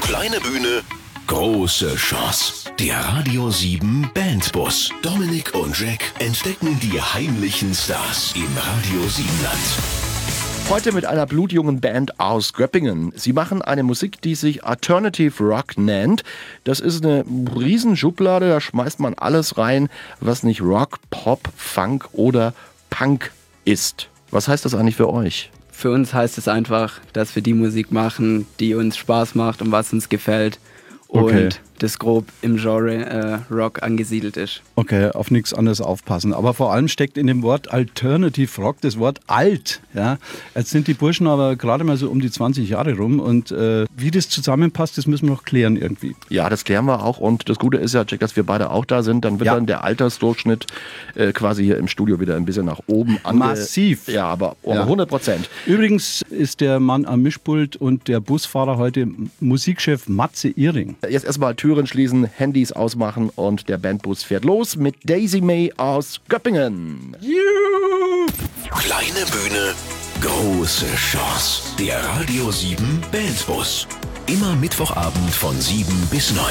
Kleine Bühne, große Chance. Der Radio 7 Bandbus. Dominik und Jack entdecken die heimlichen Stars im Radio 7 Land. Heute mit einer blutjungen Band aus Göppingen. Sie machen eine Musik, die sich Alternative Rock nennt. Das ist eine Riesenschublade, da schmeißt man alles rein, was nicht Rock, Pop, Funk oder Punk ist. Was heißt das eigentlich für euch? Für uns heißt es einfach, dass wir die Musik machen, die uns Spaß macht und was uns gefällt. Okay. Und das grob im Genre Rock angesiedelt ist. Okay, auf nichts anderes aufpassen. Aber vor allem steckt in dem Wort Alternative Rock das Wort alt. Ja? Jetzt sind die Burschen aber gerade mal so um die 20 Jahre rum und wie das zusammenpasst, das müssen wir noch klären irgendwie. Ja, das klären wir auch und das Gute ist ja, Jack, dass wir beide auch da sind. Dann wird dann der Altersdurchschnitt quasi hier im Studio wieder ein bisschen nach oben Massiv. Ja, aber um 100%. Übrigens ist der Mann am Mischpult und der Busfahrer heute Musikchef Matze Ihring. Jetzt erstmal Türen schließen, Handys ausmachen und der Bandbus fährt los mit Daisy May aus Göppingen. Kleine Bühne, große Chance. Der Radio 7 Bandbus. Immer Mittwochabend von 7 bis 9.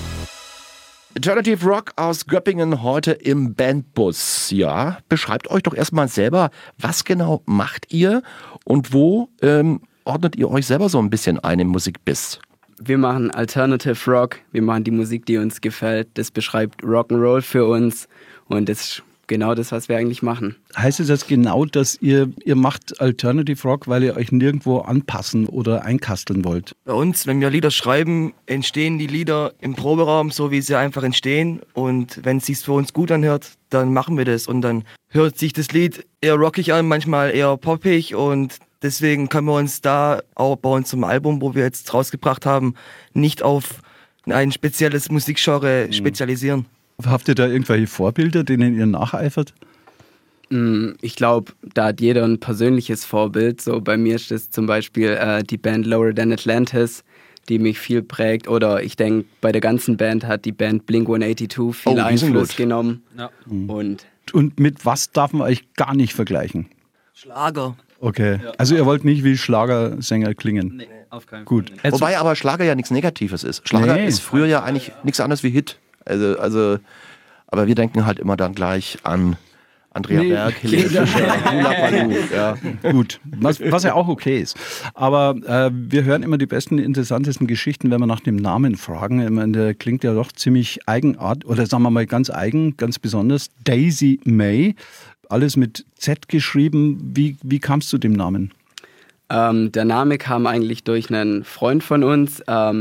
Alternative Rock aus Göppingen heute im Bandbus. Ja, beschreibt euch doch erstmal selber, was genau macht ihr und wo ordnet ihr euch selber so ein bisschen ein im Musikbiss? Wir machen Alternative Rock, wir machen die Musik, die uns gefällt. Das beschreibt Rock'n'Roll für uns und das ist genau das, was wir eigentlich machen. Heißt es jetzt genau, dass ihr macht Alternative Rock, weil ihr euch nirgendwo anpassen oder einkasteln wollt? Bei uns, wenn wir Lieder schreiben, entstehen die Lieder im Proberaum, so wie sie einfach entstehen. Und wenn es sich für uns gut anhört, dann machen wir das. Und dann hört sich das Lied eher rockig an, manchmal eher poppig. Und deswegen können wir uns da auch bei unserem Album, wo wir jetzt rausgebracht haben, nicht auf ein spezielles Musikgenre spezialisieren. Habt ihr da irgendwelche Vorbilder, denen ihr nacheifert? Ich glaube, da hat jeder ein persönliches Vorbild. So bei mir ist das zum Beispiel die Band Lower Than Atlantis, die mich viel prägt. Oder ich denke, bei der ganzen Band hat die Band Blink-182 viel Einfluss genommen. Ja. Und mit was darf man euch gar nicht vergleichen? Schlager. Okay, also ihr wollt nicht wie Schlagersänger klingen? Nee, auf keinen Fall. Gut. Wobei aber Schlager ja nichts Negatives ist. Schlager ist früher ja eigentlich nichts anderes wie Hit. Also, aber wir denken halt immer dann gleich an Andrea Berg, Helene Fischer, Hula Baloo. Ja. Gut, was ja auch okay ist. Aber wir hören immer die besten, interessantesten Geschichten, wenn wir nach dem Namen fragen. Ich meine, der klingt ja doch ziemlich eigenartig, oder sagen wir mal ganz eigen, ganz besonders. Daisy May, alles mit Z geschrieben. Wie kam es zu dem Namen? Der Name kam eigentlich durch einen Freund von uns.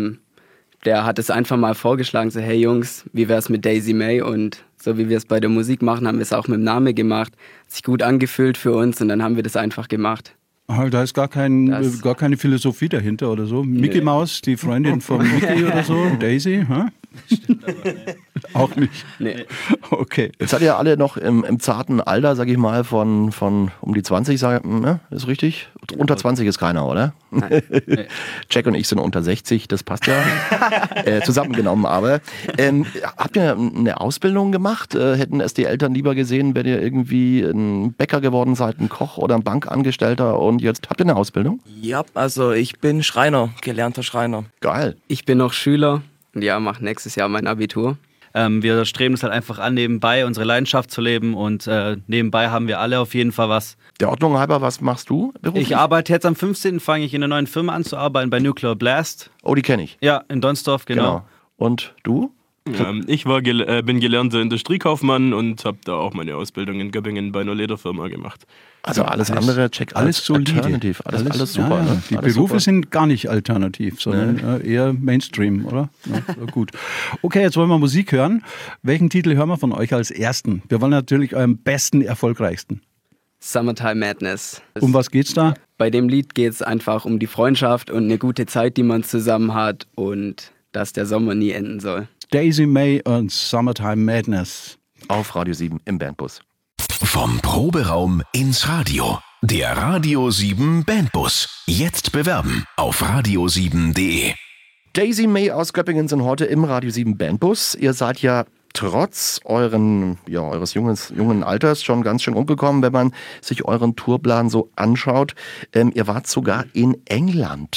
Der hat es einfach mal vorgeschlagen, so hey Jungs, wie wär's mit Daisy May? Und so wie wir es bei der Musik machen, haben wir es auch mit dem Namen gemacht. Hat sich gut angefühlt für uns und dann haben wir das einfach gemacht. Da ist gar keine Philosophie dahinter oder so. Mickey Maus, die Freundin von Mickey oder so, Daisy, hä? Stimmt aber nicht. Auch nicht? Nee. Okay. Jetzt seid ihr alle noch im zarten Alter, sag ich mal, von um die 20, ne? Ist richtig? Unter 20 ist keiner, oder? Nein. Nee. Jack und ich sind unter 60, das passt ja. Zusammengenommen aber. Habt ihr eine Ausbildung gemacht? Hätten es die Eltern lieber gesehen, wenn ihr irgendwie ein Bäcker geworden seid, ein Koch oder ein Bankangestellter und jetzt habt ihr eine Ausbildung? Ja, also ich bin Schreiner, gelernter Schreiner. Geil. Ich bin noch Schüler und mache nächstes Jahr mein Abitur. Wir streben es halt einfach an, nebenbei unsere Leidenschaft zu leben und nebenbei haben wir alle auf jeden Fall was. Der Ordnung halber, was machst du beruflich? Ich arbeite jetzt am 15. fange ich in einer neuen Firma an zu arbeiten, bei Nuclear Blast. Oh, die kenne ich. Ja, in Donsdorf, genau. Und du? Ich bin gelernter Industriekaufmann und habe da auch meine Ausbildung in Göppingen bei einer Lederfirma gemacht. Also alles andere, check alles solide. Alternativ, alles super. Ja. Ne? Die alles Berufe super. sind gar nicht alternativ, sondern eher Mainstream, oder? Ja, gut. Okay, jetzt wollen wir Musik hören. Welchen Titel hören wir von euch als ersten? Wir wollen natürlich euren besten, erfolgreichsten. Summertime Madness. Um was geht's da? Bei dem Lied geht es einfach um die Freundschaft und eine gute Zeit, die man zusammen hat und dass der Sommer nie enden soll. Daisy May und Summertime Madness. Auf Radio 7 im Bandbus. Vom Proberaum ins Radio. Der Radio 7 Bandbus. Jetzt bewerben auf radio7.de. Daisy May aus Göppingen sind heute im Radio 7 Bandbus. Ihr seid ja trotz eures jungen Alters schon ganz schön umgekommen, wenn man sich euren Tourplan so anschaut. Ihr wart sogar in England.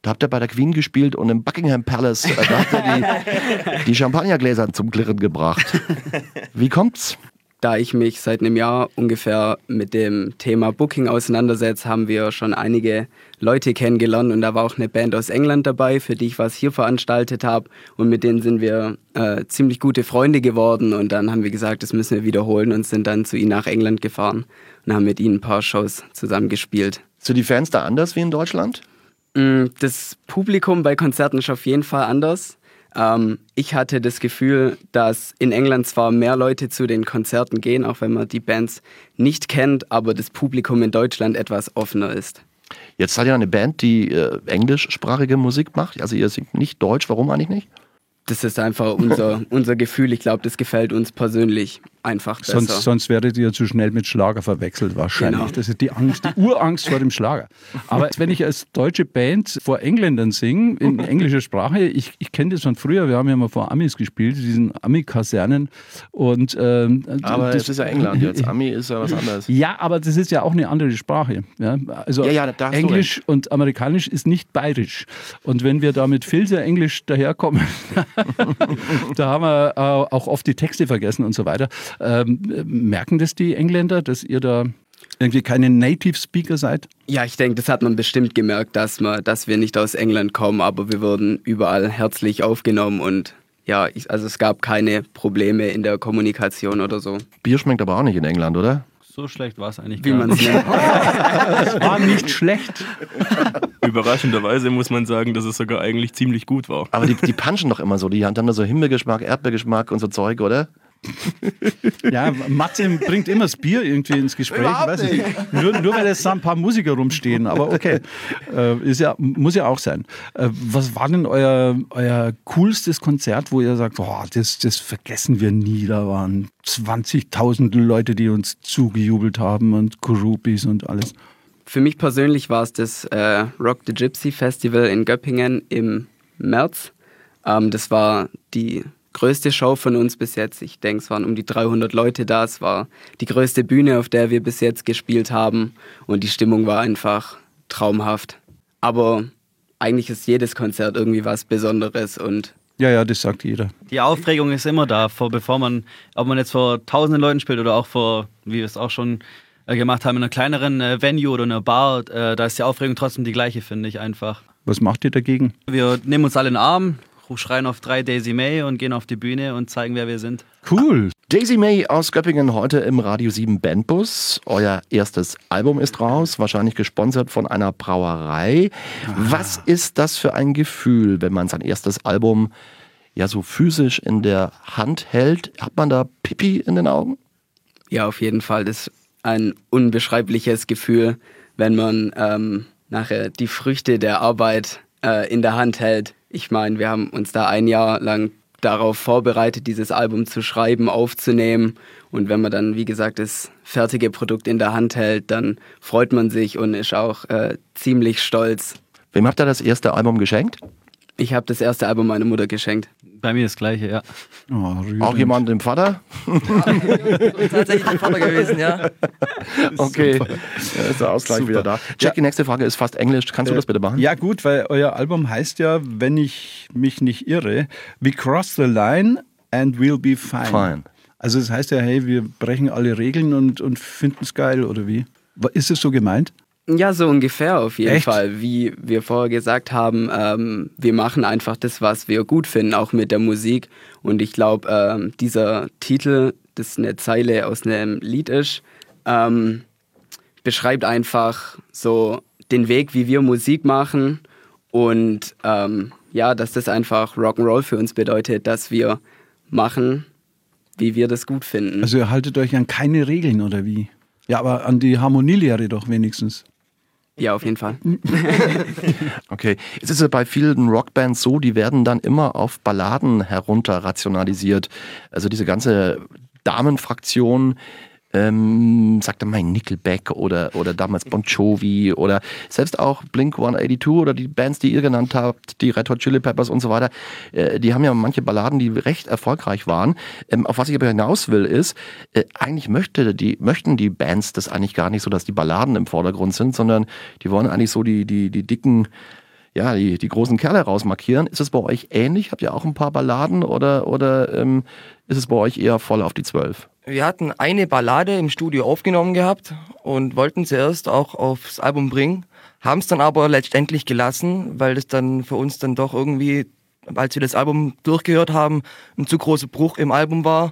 Da habt ihr bei der Queen gespielt und im Buckingham Palace, da habt ihr die Champagnergläser zum Klirren gebracht. Wie kommt's? Da ich mich seit einem Jahr ungefähr mit dem Thema Booking auseinandersetze, haben wir schon einige Leute kennengelernt und da war auch eine Band aus England dabei, für die ich was hier veranstaltet habe und mit denen sind wir ziemlich gute Freunde geworden und dann haben wir gesagt, das müssen wir wiederholen und sind dann zu ihnen nach England gefahren und haben mit ihnen ein paar Shows zusammen gespielt. Sind die Fans da anders wie in Deutschland? Das Publikum bei Konzerten ist auf jeden Fall anders. Ich hatte das Gefühl, dass in England zwar mehr Leute zu den Konzerten gehen, auch wenn man die Bands nicht kennt, aber das Publikum in Deutschland etwas offener ist. Jetzt seid ihr eine Band, die englischsprachige Musik macht. Also ihr singt nicht Deutsch. Warum eigentlich nicht? Das ist einfach unser Gefühl. Ich glaube, das gefällt uns persönlich einfach besser. Sonst werdet ihr zu schnell mit Schlager verwechselt wahrscheinlich. Genau. Das ist die Angst, die Urangst vor dem Schlager. Aber wenn ich als deutsche Band vor Engländern singe, in englischer Sprache, ich kenne das von früher, wir haben ja mal vor Amis gespielt, diesen Ami-Kasernen. Aber das ist ja England jetzt, Ami ist ja was anderes. Ja, aber das ist ja auch eine andere Sprache. Ja? Also Englisch und Amerikanisch ist nicht bayerisch. Und wenn wir da mit Filzer Englisch daherkommen, da haben wir auch oft die Texte vergessen und so weiter. Merken das die Engländer, dass ihr da irgendwie keine Native Speaker seid? Ja, ich denke, das hat man bestimmt gemerkt, dass wir nicht aus England kommen, aber wir wurden überall herzlich aufgenommen und ja, also es gab keine Probleme in der Kommunikation oder so. Bier schmeckt aber auch nicht in England, oder? So schlecht war es eigentlich Wie man es nennt. Es war nicht schlecht. Überraschenderweise muss man sagen, dass es sogar eigentlich ziemlich gut war. Aber die punchen doch immer so. Die haben da so Himbeergeschmack, Erdbeergeschmack und so Zeug, oder? Ja, Matze bringt immer das Bier irgendwie ins Gespräch. Weiß nicht. Nur weil jetzt da ein paar Musiker rumstehen, aber okay. Muss ja auch sein. Was war denn euer coolstes Konzert, wo ihr sagt, oh, das vergessen wir nie, da waren 20.000 Leute, die uns zugejubelt haben und Groupies und alles? Für mich persönlich war es das Rock the Gypsy Festival in Göppingen im März. Das war die größte Show von uns bis jetzt. Ich denke, es waren um die 300 Leute da. Es war die größte Bühne, auf der wir bis jetzt gespielt haben. Und die Stimmung war einfach traumhaft. Aber eigentlich ist jedes Konzert irgendwie was Besonderes. Und ja, das sagt jeder. Die Aufregung ist immer da, ob man jetzt vor tausenden Leuten spielt oder auch vor, wie wir es auch schon gemacht haben, in einer kleineren Venue oder einer Bar. Da ist die Aufregung trotzdem die gleiche, finde ich einfach. Was macht ihr dagegen? Wir nehmen uns alle in den Arm, schreien auf 3 Daisy May und gehen auf die Bühne und zeigen, wer wir sind. Cool. Daisy May aus Göppingen heute im Radio 7 Bandbus. Euer erstes Album ist raus, wahrscheinlich gesponsert von einer Brauerei. Was ist das für ein Gefühl, wenn man sein erstes Album ja so physisch in der Hand hält? Hat man da Pipi in den Augen? Ja, auf jeden Fall. Das ist ein unbeschreibliches Gefühl, wenn man nachher die Früchte der Arbeit in der Hand hält. Ich meine, wir haben uns da ein Jahr lang darauf vorbereitet, dieses Album zu schreiben, aufzunehmen. Und wenn man dann, wie gesagt, das fertige Produkt in der Hand hält, dann freut man sich und ist auch ziemlich stolz. Wem habt ihr das erste Album geschenkt? Ich habe das erste Album meiner Mutter geschenkt. Bei mir das Gleiche, ja. Oh, auch jemand dem Vater? Tatsächlich der Vater gewesen, ja. Okay, ja, ist der Ausgleich Super. wieder da. Jack, die nächste Frage ist fast Englisch. Kannst du das bitte machen? Ja gut, weil euer Album heißt ja, wenn ich mich nicht irre, We cross the line and we'll be fine. Also das heißt ja, hey, wir brechen alle Regeln und finden es geil, oder wie? Ist es so gemeint? Ja, so ungefähr auf jeden Echt? Fall. Wie wir vorher gesagt haben, wir machen einfach das, was wir gut finden, auch mit der Musik. Und ich glaube, dieser Titel, das eine Zeile aus einem Lied ist, beschreibt einfach so den Weg, wie wir Musik machen. Und dass das einfach Rock'n'Roll für uns bedeutet, dass wir machen, wie wir das gut finden. Also ihr haltet euch an keine Regeln, oder wie? Ja, aber an die Harmonielehre doch wenigstens. Ja, auf jeden Fall. Okay, es ist ja bei vielen Rockbands so, die werden dann immer auf Balladen herunter rationalisiert. Also diese ganze Damenfraktion, sagte mal Nickelback oder damals Bon Jovi oder selbst auch Blink-182 oder die Bands, die ihr genannt habt, die Red Hot Chili Peppers und so weiter, die haben ja manche Balladen, die recht erfolgreich waren. Auf was ich aber hinaus will ist, eigentlich möchten die Bands das eigentlich gar nicht so, dass die Balladen im Vordergrund sind, sondern die wollen eigentlich so die dicken, ja, die großen Kerle rausmarkieren. Ist es bei euch ähnlich? Habt ihr auch ein paar Balladen oder ist es bei euch eher voll auf die 12? Wir hatten eine Ballade im Studio aufgenommen gehabt und wollten sie erst auch aufs Album bringen, haben es dann aber letztendlich gelassen, weil das dann für uns dann doch irgendwie, als wir das Album durchgehört haben, ein zu großer Bruch im Album war.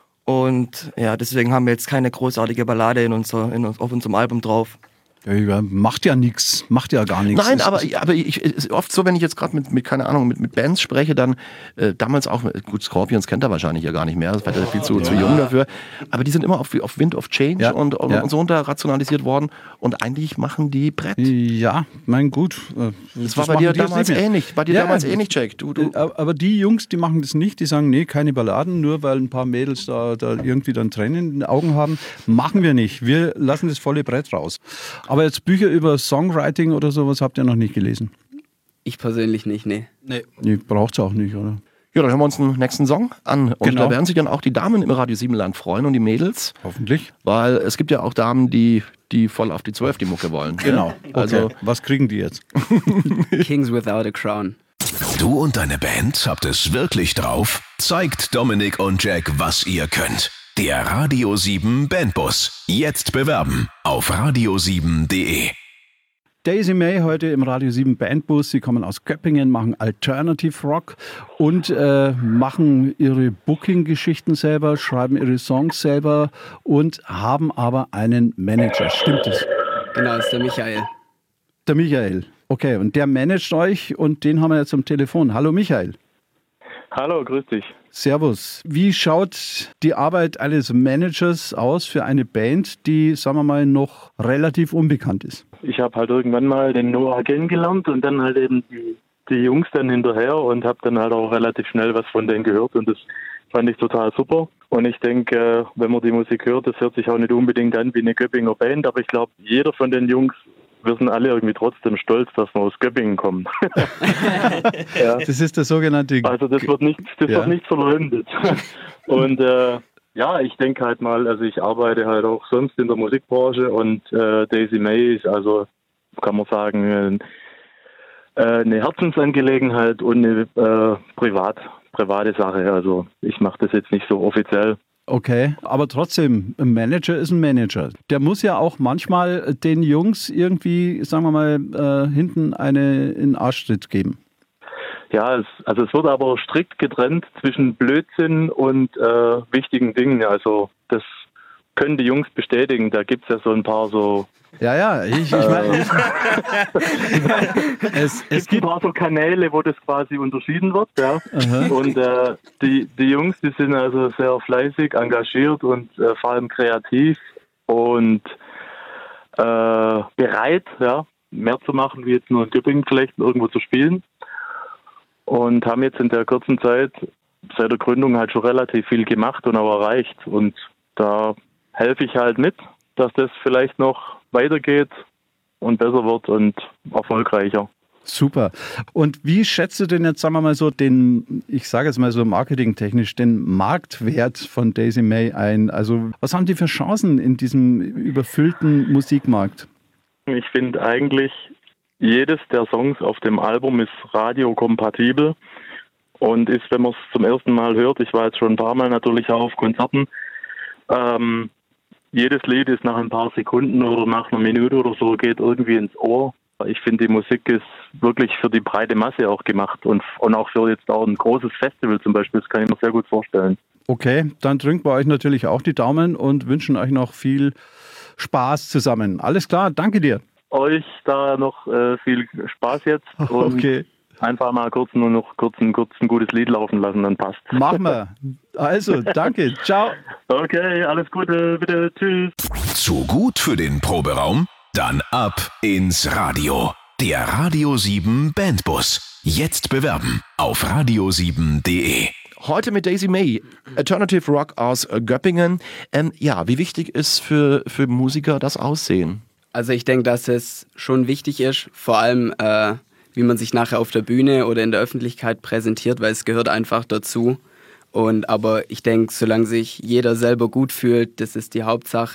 Und ja, deswegen haben wir jetzt keine großartige Ballade auf unserem Album drauf. Ja, macht ja nichts, macht ja gar nichts. Nein, aber ist oft so, wenn ich jetzt gerade mit keine Ahnung, mit Bands spreche, dann damals auch, gut, Scorpions kennt er wahrscheinlich ja gar nicht mehr, das war viel zu jung dafür, aber die sind immer auf Wind of Change und so runter rationalisiert worden und eigentlich machen die Brett. Ja, mein gut. Das war bei dir damals ähnlich, Jack. Aber die Jungs, die machen das nicht, die sagen, nee, keine Balladen, nur weil ein paar Mädels da irgendwie dann Tränen in den Augen haben. Machen wir nicht, wir lassen das volle Brett raus. Aber jetzt Bücher über Songwriting oder sowas habt ihr noch nicht gelesen? Ich persönlich nicht, nee. Nee, braucht's auch nicht, oder? Ja, dann hören wir uns den nächsten Song an. Und da werden sich dann auch die Damen im Radio Siebenland freuen und die Mädels. Hoffentlich. Weil es gibt ja auch Damen, die voll auf die 12 die Mucke wollen. Genau. Also, was kriegen die jetzt? Kings Without a Crown. Du und deine Band habt es wirklich drauf? Zeigt Dominik und Jack, was ihr könnt. Der Radio 7 Bandbus. Jetzt bewerben auf radio7.de. Daisy May heute im Radio 7 Bandbus. Sie kommen aus Göppingen, machen Alternative Rock und machen ihre Booking-Geschichten selber, schreiben ihre Songs selber und haben aber einen Manager. Stimmt es? Genau, das ist der Michael. Der Michael. Okay, und der managt euch und den haben wir jetzt am Telefon. Hallo Michael. Hallo, grüß dich. Servus. Wie schaut die Arbeit eines Managers aus für eine Band, die, sagen wir mal, noch relativ unbekannt ist? Ich habe halt irgendwann mal den Noah kennengelernt und dann halt eben die Jungs dann hinterher und habe dann halt auch relativ schnell was von denen gehört und das fand ich total super. Und ich denke, wenn man die Musik hört, das hört sich auch nicht unbedingt an wie eine Göppinger Band, aber ich glaube, jeder von den Jungs, wir sind alle irgendwie trotzdem stolz, dass wir aus Göppingen kommen. Ja. Das ist der sogenannte... Also das wird nicht verleugnet. Und ich denke halt mal, also ich arbeite halt auch sonst in der Musikbranche und Daisy May ist also, kann man sagen, eine Herzensangelegenheit und eine private Sache. Also ich mache das jetzt nicht so offiziell. Okay, aber trotzdem, ein Manager ist ein Manager. Der muss ja auch manchmal den Jungs irgendwie, sagen wir mal, hinten in den Arschtritt geben. Ja, es wird aber strikt getrennt zwischen Blödsinn und wichtigen Dingen. Also das können die Jungs bestätigen. Da gibt es ja so ein paar so... Ja, ich meine... es gibt ein paar so Kanäle, wo das quasi unterschieden wird. Ja. Und die Jungs, die sind also sehr fleißig, engagiert und vor allem kreativ und bereit, ja, mehr zu machen, wie jetzt nur in Göppingen vielleicht irgendwo zu spielen. Und haben jetzt in der kurzen Zeit seit der Gründung halt schon relativ viel gemacht und auch erreicht. Und da helfe ich halt mit, dass das vielleicht noch weitergeht und besser wird und erfolgreicher. Super. Und wie schätzt du denn jetzt, sagen wir mal so, ich sage jetzt mal so marketingtechnisch, den Marktwert von Daisy May ein? Also was haben die für Chancen in diesem überfüllten Musikmarkt? Ich finde eigentlich, jedes der Songs auf dem Album ist radiokompatibel und ist, wenn man es zum ersten Mal hört, ich war jetzt schon ein paar Mal natürlich auch auf Konzerten, jedes Lied ist nach ein paar Sekunden oder nach einer Minute oder so, geht irgendwie ins Ohr. Ich finde, die Musik ist wirklich für die breite Masse auch gemacht und auch für jetzt auch ein großes Festival zum Beispiel, das kann ich mir sehr gut vorstellen. Okay, dann drücken wir euch natürlich auch die Daumen und wünschen euch noch viel Spaß zusammen. Alles klar, danke dir. Euch da noch viel Spaß jetzt und okay. Einfach mal kurz ein gutes Lied laufen lassen, dann passt. Machen wir. Also, danke. Ciao. Okay, alles Gute, bitte. Tschüss. Zu gut für den Proberaum? Dann ab ins Radio. Der Radio 7 Bandbus. Jetzt bewerben auf radio7.de. Heute mit Daisy May, Alternative Rock aus Göppingen. Wie wichtig ist für Musiker das Aussehen? Also ich denke, dass es schon wichtig ist, vor allem wie man sich nachher auf der Bühne oder in der Öffentlichkeit präsentiert, weil es gehört einfach dazu. Aber ich denke, solange sich jeder selber gut fühlt, das ist die Hauptsache.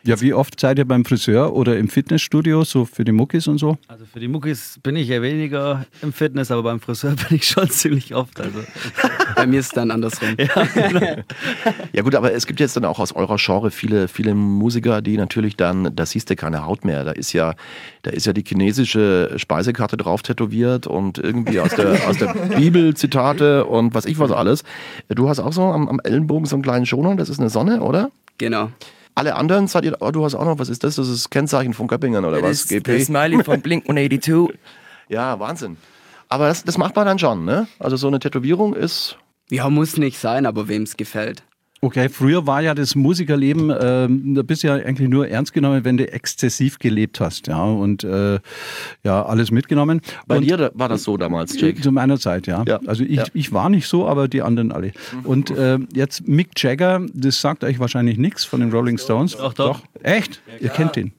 Ja, wie oft seid ihr beim Friseur oder im Fitnessstudio, so für die Muckis und so? Also für die Muckis bin ich ja weniger im Fitness, aber beim Friseur bin ich schon ziemlich oft. Also. Bei mir ist es dann andersrum. Ja, genau. Ja gut, aber es gibt jetzt dann auch aus eurer Genre viele Musiker, die natürlich dann, da siehst du keine Haut mehr. Da ist ja die chinesische Speisekarte drauf tätowiert und irgendwie aus der Bibel Zitate und was alles. Du hast auch so am Ellenbogen so einen kleinen Schoner, das ist eine Sonne, oder? Genau. Alle anderen seid ihr, du hast auch noch, was ist das? Das ist das Kennzeichen von Göppingen oder was? Das ist der Smiley von Blink-182. Ja, Wahnsinn. Aber das macht man dann schon, ne? Also so eine Tätowierung ist... Ja, muss nicht sein, aber wem es gefällt. Okay, früher war ja das Musikerleben, da bist du ja eigentlich nur ernst genommen, wenn du exzessiv gelebt hast, ja, und alles mitgenommen. Bei und dir war das so damals, Jake? Zu meiner Zeit, ja. Also ich war nicht so, aber die anderen alle. Und jetzt Mick Jagger, das sagt euch wahrscheinlich nichts von den Rolling Stones. Doch. Echt? Ja, ihr kennt den.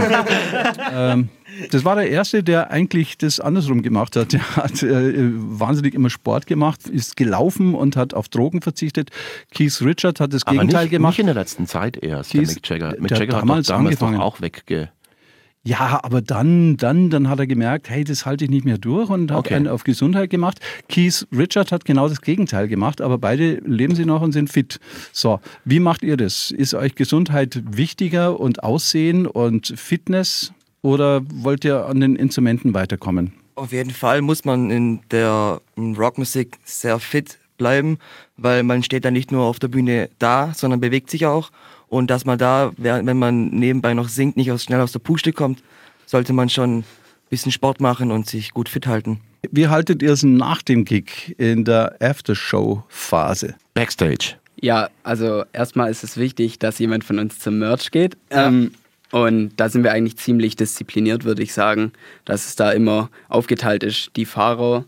Wahnsinn. Das war der Erste, der eigentlich das andersrum gemacht hat. Der hat wahnsinnig immer Sport gemacht, ist gelaufen und hat auf Drogen verzichtet. Keith Richards hat das Gegenteil gemacht. Nicht in der letzten Zeit erst, der Mick Jagger. Mick Jagger hat damals doch auch wegge... Ja, aber dann hat er gemerkt, hey, das halte ich nicht mehr durch und hat einen auf Gesundheit gemacht. Keith Richards hat genau das Gegenteil gemacht, aber beide leben sie noch und sind fit. So, wie macht ihr das? Ist euch Gesundheit wichtiger und Aussehen und Fitness oder wollt ihr an den Instrumenten weiterkommen? Auf jeden Fall muss man in Rockmusik sehr fit bleiben, weil man steht dann nicht nur auf der Bühne da, sondern bewegt sich auch. Und dass man da, wenn man nebenbei noch singt, nicht schnell aus der Puste kommt, sollte man schon ein bisschen Sport machen und sich gut fit halten. Wie haltet ihr es nach dem Gig in der Aftershow-Phase? Backstage. Ja, also erstmal ist es wichtig, dass jemand von uns zum Merch geht. Ja. Und da sind wir eigentlich ziemlich diszipliniert, würde ich sagen, dass es da immer aufgeteilt ist. Die Fahrer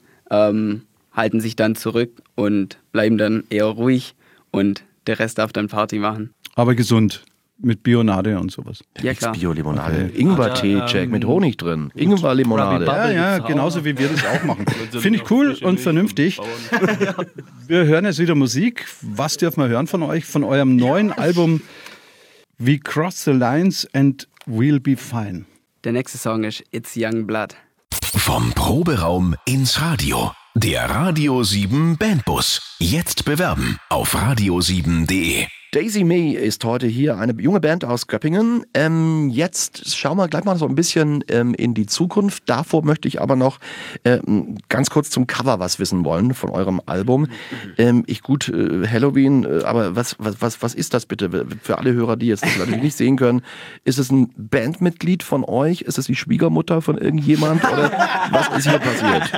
halten sich dann zurück und bleiben dann eher ruhig und der Rest darf dann Party machen. Aber gesund, mit Bionade und sowas. Ja, klar. Bio-Limonade. Okay. Ingwer-Tee, Jack, mit Honig drin. Ingwer-Limonade. Ja, genauso wie wir das auch machen. Finde ich cool und vernünftig. Wir hören jetzt wieder Musik. Was dürfen wir hören von euch? Von eurem neuen Album We Cross the Lines and We'll Be Fine. Der nächste Song ist It's Young Blood. Vom Proberaum ins Radio. Der Radio 7 Bandbus. Jetzt bewerben auf radio7.de. Daisy May ist heute hier, eine junge Band aus Göppingen. Jetzt schauen wir gleich mal so ein bisschen in die Zukunft. Davor möchte ich aber noch ganz kurz zum Cover was wissen wollen von eurem Album. Halloween, aber was ist das bitte? Für alle Hörer, die jetzt das natürlich nicht sehen können. Ist es ein Bandmitglied von euch? Ist es die Schwiegermutter von irgendjemand? Oder was ist hier passiert?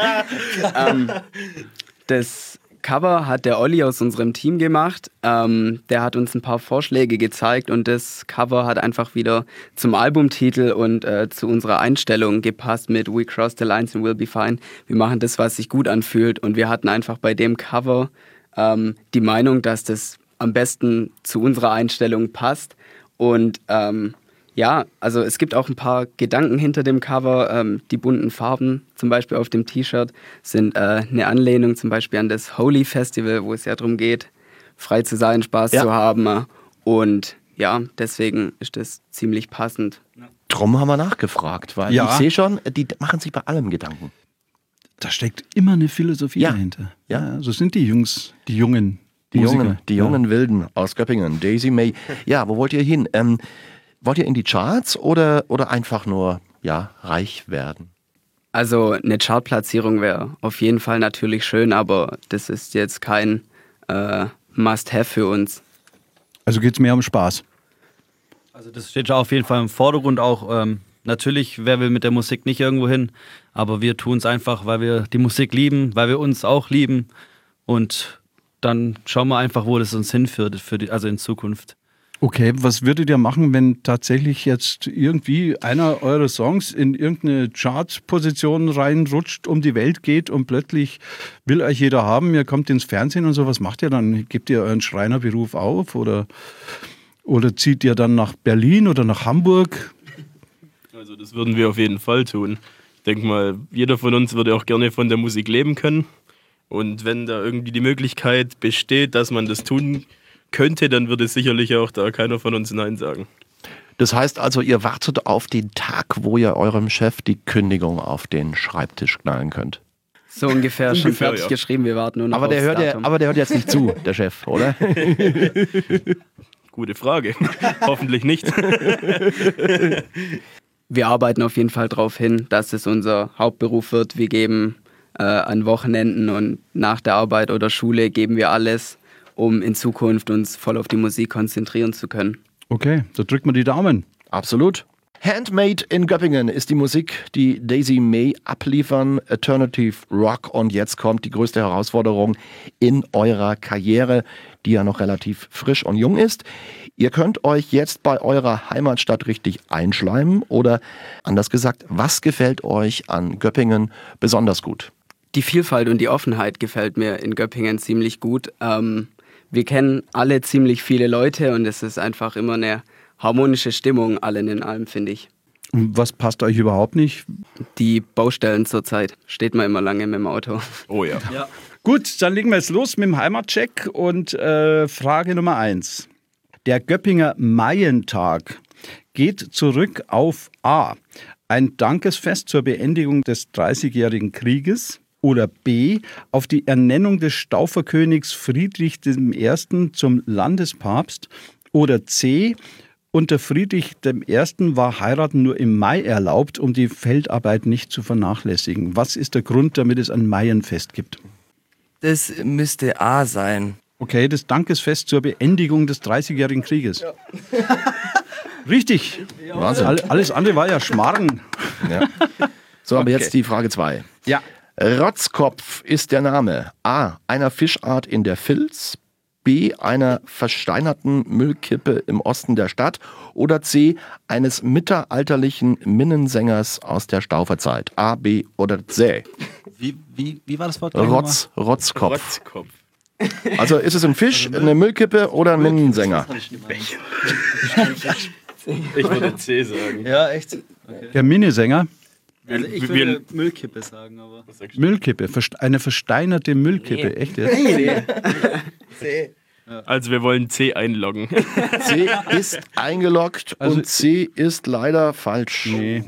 Das Cover hat der Olli aus unserem Team gemacht. Der hat uns ein paar Vorschläge gezeigt und das Cover hat einfach wieder zum Albumtitel und zu unserer Einstellung gepasst mit We Cross the Lines and We'll Be Fine. Wir machen das, was sich gut anfühlt und wir hatten einfach bei dem Cover die Meinung, dass das am besten zu unserer Einstellung passt und ja, also es gibt auch ein paar Gedanken hinter dem Cover. Die bunten Farben, zum Beispiel auf dem T-Shirt, sind eine Anlehnung zum Beispiel an das Holy Festival, wo es ja darum geht, frei zu sein, Spaß zu haben. Und ja, deswegen ist das ziemlich passend. Drum haben wir nachgefragt, weil ich sehe schon, die machen sich bei allem Gedanken. Da steckt immer eine Philosophie dahinter. Ja, so sind die Jungs, die jungen Wilden aus Göppingen, Daisy May. Ja, wo wollt ihr hin? Wollt ihr in die Charts oder einfach nur reich werden? Also eine Chartplatzierung wäre auf jeden Fall natürlich schön, aber das ist jetzt kein Must-Have für uns. Also geht es mehr um Spaß? Also das steht auf jeden Fall im Vordergrund auch. Natürlich, wer will mit der Musik nicht irgendwo hin, aber wir tun es einfach, weil wir die Musik lieben, weil wir uns auch lieben und dann schauen wir einfach, wo das uns hinführt, also in Zukunft. Okay, was würdet ihr machen, wenn tatsächlich jetzt irgendwie einer eurer Songs in irgendeine Chartposition reinrutscht, um die Welt geht und plötzlich will euch jeder haben, ihr kommt ins Fernsehen und so, was macht ihr dann? Gebt ihr euren Schreinerberuf auf oder zieht ihr dann nach Berlin oder nach Hamburg? Also das würden wir auf jeden Fall tun. Ich denke mal, jeder von uns würde auch gerne von der Musik leben können und wenn da irgendwie die Möglichkeit besteht, dass man das tun könnte, dann würde sicherlich auch da keiner von uns Nein sagen. Das heißt also, ihr wartet auf den Tag, wo ihr eurem Chef die Kündigung auf den Schreibtisch knallen könnt. So ungefähr schon fertig geschrieben, wir warten nur noch Aber aufs der Datum. hört jetzt nicht zu, der Chef, oder? Gute Frage. Hoffentlich nicht. Wir arbeiten auf jeden Fall darauf hin, dass es unser Hauptberuf wird. Wir geben an Wochenenden und nach der Arbeit oder Schule geben wir alles, um in Zukunft uns voll auf die Musik konzentrieren zu können. Okay, da drückt man die Daumen. Absolut. Handmade in Göppingen ist die Musik, die Daisy May abliefern. Alternative Rock. Und jetzt kommt die größte Herausforderung in eurer Karriere, die ja noch relativ frisch und jung ist. Ihr könnt euch jetzt bei eurer Heimatstadt richtig einschleimen. Oder anders gesagt, was gefällt euch an Göppingen besonders gut? Die Vielfalt und die Offenheit gefällt mir in Göppingen ziemlich gut. Wir kennen alle ziemlich viele Leute und es ist einfach immer eine harmonische Stimmung, allen in allem, finde ich. Und was passt euch überhaupt nicht? Die Baustellen zurzeit. Steht man immer lange mit dem Auto. Oh ja. Gut, dann legen wir jetzt los mit dem Heimatcheck und Frage Nummer 1. Der Göppinger Maientag geht zurück auf A. Ein Dankesfest zur Beendigung des 30-jährigen Krieges. Oder B. Auf die Ernennung des Stauferkönigs Friedrich I. zum Landespapst. Oder C. Unter Friedrich I. war Heiraten nur im Mai erlaubt, um die Feldarbeit nicht zu vernachlässigen. Was ist der Grund, damit es ein Maienfest gibt? Das müsste A sein. Okay, das Dankesfest zur Beendigung des 30-jährigen Krieges. Ja. Richtig. Wahnsinn. Alles andere war ja Schmarrn. Ja. So, aber jetzt die Frage 2. Ja. Rotzkopf ist der Name A. einer Fischart in der Vils, B. einer versteinerten Müllkippe im Osten der Stadt oder C. eines mittelalterlichen Minnensängers aus der Stauferzeit. A, B oder C. Wie war das Wort? Rotzkopf. Also ist es ein Fisch, eine Müllkippe oder ein Minnensänger? Ich würde C sagen. Ja, echt? Okay. Der Minnesänger. Also ich würde Müllkippe sagen, aber... Müllkippe, eine versteinerte Müllkippe, echt jetzt? C. Also wir wollen C einloggen. C ist eingeloggt und C ist leider falsch.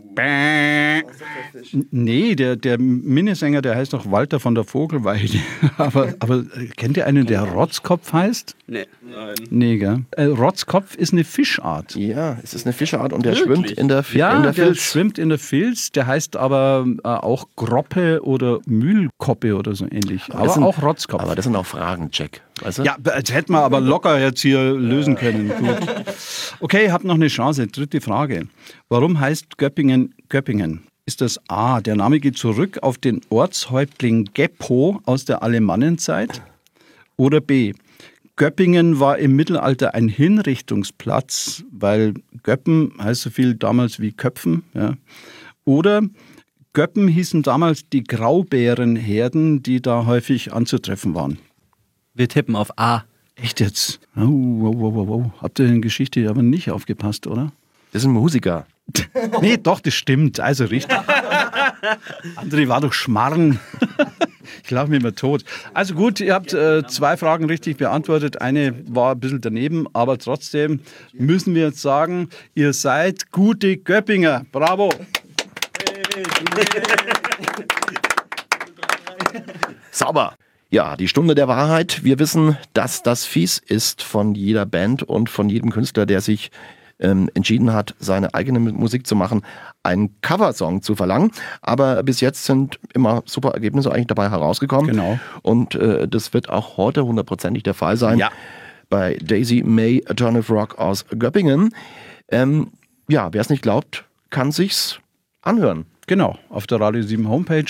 Nee, der Minnesänger, der heißt doch Walter von der Vogelweide. aber kennt ihr einen, der Rotzkopf heißt? Nee. Nein. Nee, gell? Rotzkopf ist eine Fischart. Ja, es ist eine Fischart und der schwimmt in der Vils. Der schwimmt in der Vils. Der heißt aber auch Groppe oder Mühlkoppe oder so ähnlich. Aber auch Rotzkopf. Aber das sind auch Fragen, Jack. Weißt du? Ja, das hätten wir aber locker jetzt hier lösen können. Gut. Okay, habt noch eine Chance. Dritte Frage. Warum heißt Göppingen Göppingen? Ist das A, der Name geht zurück auf den Ortshäuptling Geppo aus der Alemannenzeit? Oder B, Göppingen war im Mittelalter ein Hinrichtungsplatz, weil Göppen heißt so viel damals wie Köpfen. Ja. Oder Göppen hießen damals die Graubärenherden, die da häufig anzutreffen waren. Wir tippen auf A. Echt jetzt? Oh. Habt ihr in der Geschichte aber nicht aufgepasst, oder? Das ist ein Musiker. Nee, doch, das stimmt. Also richtig. André war doch Schmarrn. Ich lache mich immer tot. Also gut, ihr habt 2 Fragen richtig beantwortet. Eine war ein bisschen daneben, aber trotzdem müssen wir jetzt sagen, ihr seid gute Göppinger. Bravo. Sauber. Ja, die Stunde der Wahrheit. Wir wissen, dass das fies ist von jeder Band und von jedem Künstler, der sich entschieden hat, seine eigene Musik zu machen, einen Coversong zu verlangen. Aber bis jetzt sind immer super Ergebnisse eigentlich dabei herausgekommen. Genau. Und das wird auch heute 100%ig der Fall sein. Ja. Bei Daisy May Alternative Rock aus Göppingen. Ja, wer es nicht glaubt, kann sich's anhören. Genau, auf der Radio 7 Homepage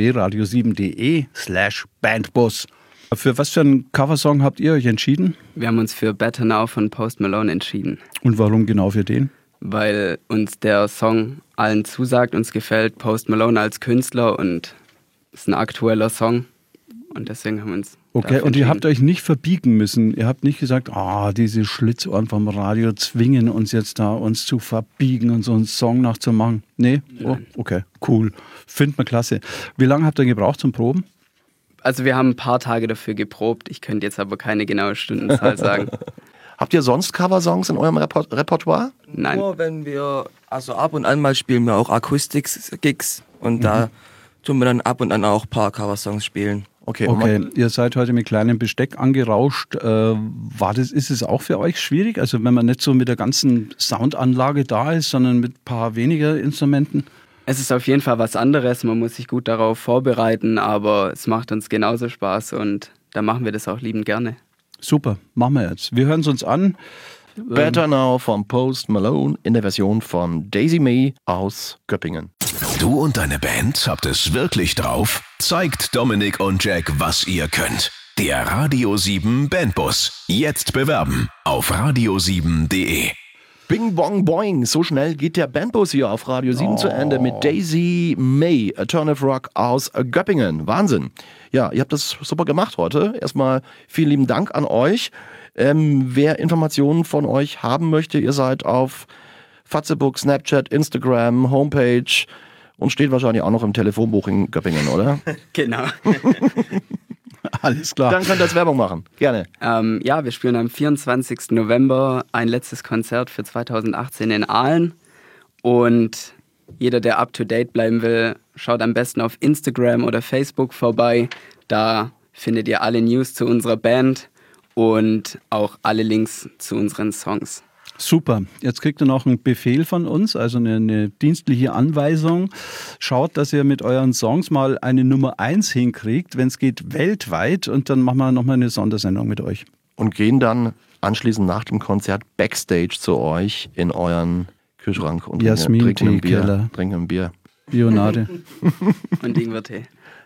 www.radio7.de/Bandbus. Für was für einen Coversong habt ihr euch entschieden? Wir haben uns für Better Now von Post Malone entschieden. Und warum genau für den? Weil uns der Song allen zusagt, uns gefällt Post Malone als Künstler und es ist ein aktueller Song. Und deswegen haben wir uns Okay, und ihr habt euch nicht verbiegen müssen. Ihr habt nicht gesagt, diese Schlitzohren vom Radio zwingen uns jetzt da, uns zu verbiegen und so einen Song nachzumachen. Nee? Oh, okay, cool. Findet man klasse. Wie lange habt ihr gebraucht zum Proben? Also wir haben ein paar Tage dafür geprobt. Ich könnte jetzt aber keine genaue Stundenzahl sagen. Habt ihr sonst Coversongs in eurem Repertoire? Nein. Nur wenn wir, also ab und an mal spielen wir auch Akustik-Gigs und da tun wir dann ab und an auch ein paar Coversongs spielen. Okay, ihr seid heute mit kleinem Besteck angerauscht. Ist es auch für euch schwierig? Also wenn man nicht so mit der ganzen Soundanlage da ist, sondern mit ein paar weniger Instrumenten? Es ist auf jeden Fall was anderes. Man muss sich gut darauf vorbereiten, aber es macht uns genauso Spaß und da machen wir das auch liebend gerne. Super, machen wir jetzt. Wir hören es uns an. Better Now von Post Malone in der Version von Daisy May aus Göppingen. Du und deine Band habt es wirklich drauf? Zeigt Dominik und Jack, was ihr könnt. Der Radio 7 Bandbus. Jetzt bewerben auf radio7.de. Bing Bong Boing, so schnell geht der Bandbus hier auf Radio 7 zu Ende mit Daisy May, Alternative Rock aus Göppingen. Wahnsinn. Ja, ihr habt das super gemacht heute. Erstmal vielen lieben Dank an euch. Wer Informationen von euch haben möchte, ihr seid auf Facebook, Snapchat, Instagram, Homepage und steht wahrscheinlich auch noch im Telefonbuch in Göppingen, oder? Genau. Alles klar. Dann könnt ihr jetzt Werbung machen. Gerne. Ja, wir spielen am 24. November ein letztes Konzert für 2018 in Aalen. Und jeder, der up-to-date bleiben will, schaut am besten auf Instagram oder Facebook vorbei. Da findet ihr alle News zu unserer Band und auch alle Links zu unseren Songs. Super. Jetzt kriegt ihr noch einen Befehl von uns, also eine dienstliche Anweisung. Schaut, dass ihr mit euren Songs mal eine Nummer 1 hinkriegt, wenn es geht, weltweit. Und dann machen wir nochmal eine Sondersendung mit euch. Und gehen dann anschließend nach dem Konzert Backstage zu euch in euren Kühlschrank und trinken ein Bier. Bionade. Und Ingwertee.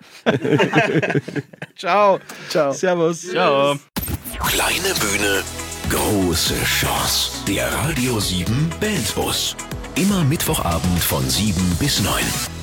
Ciao. Ciao. Servus. Ciao. Kleine Bühne, große Chance. Der Radio 7 Bandbus. Immer Mittwochabend von 7 bis 9.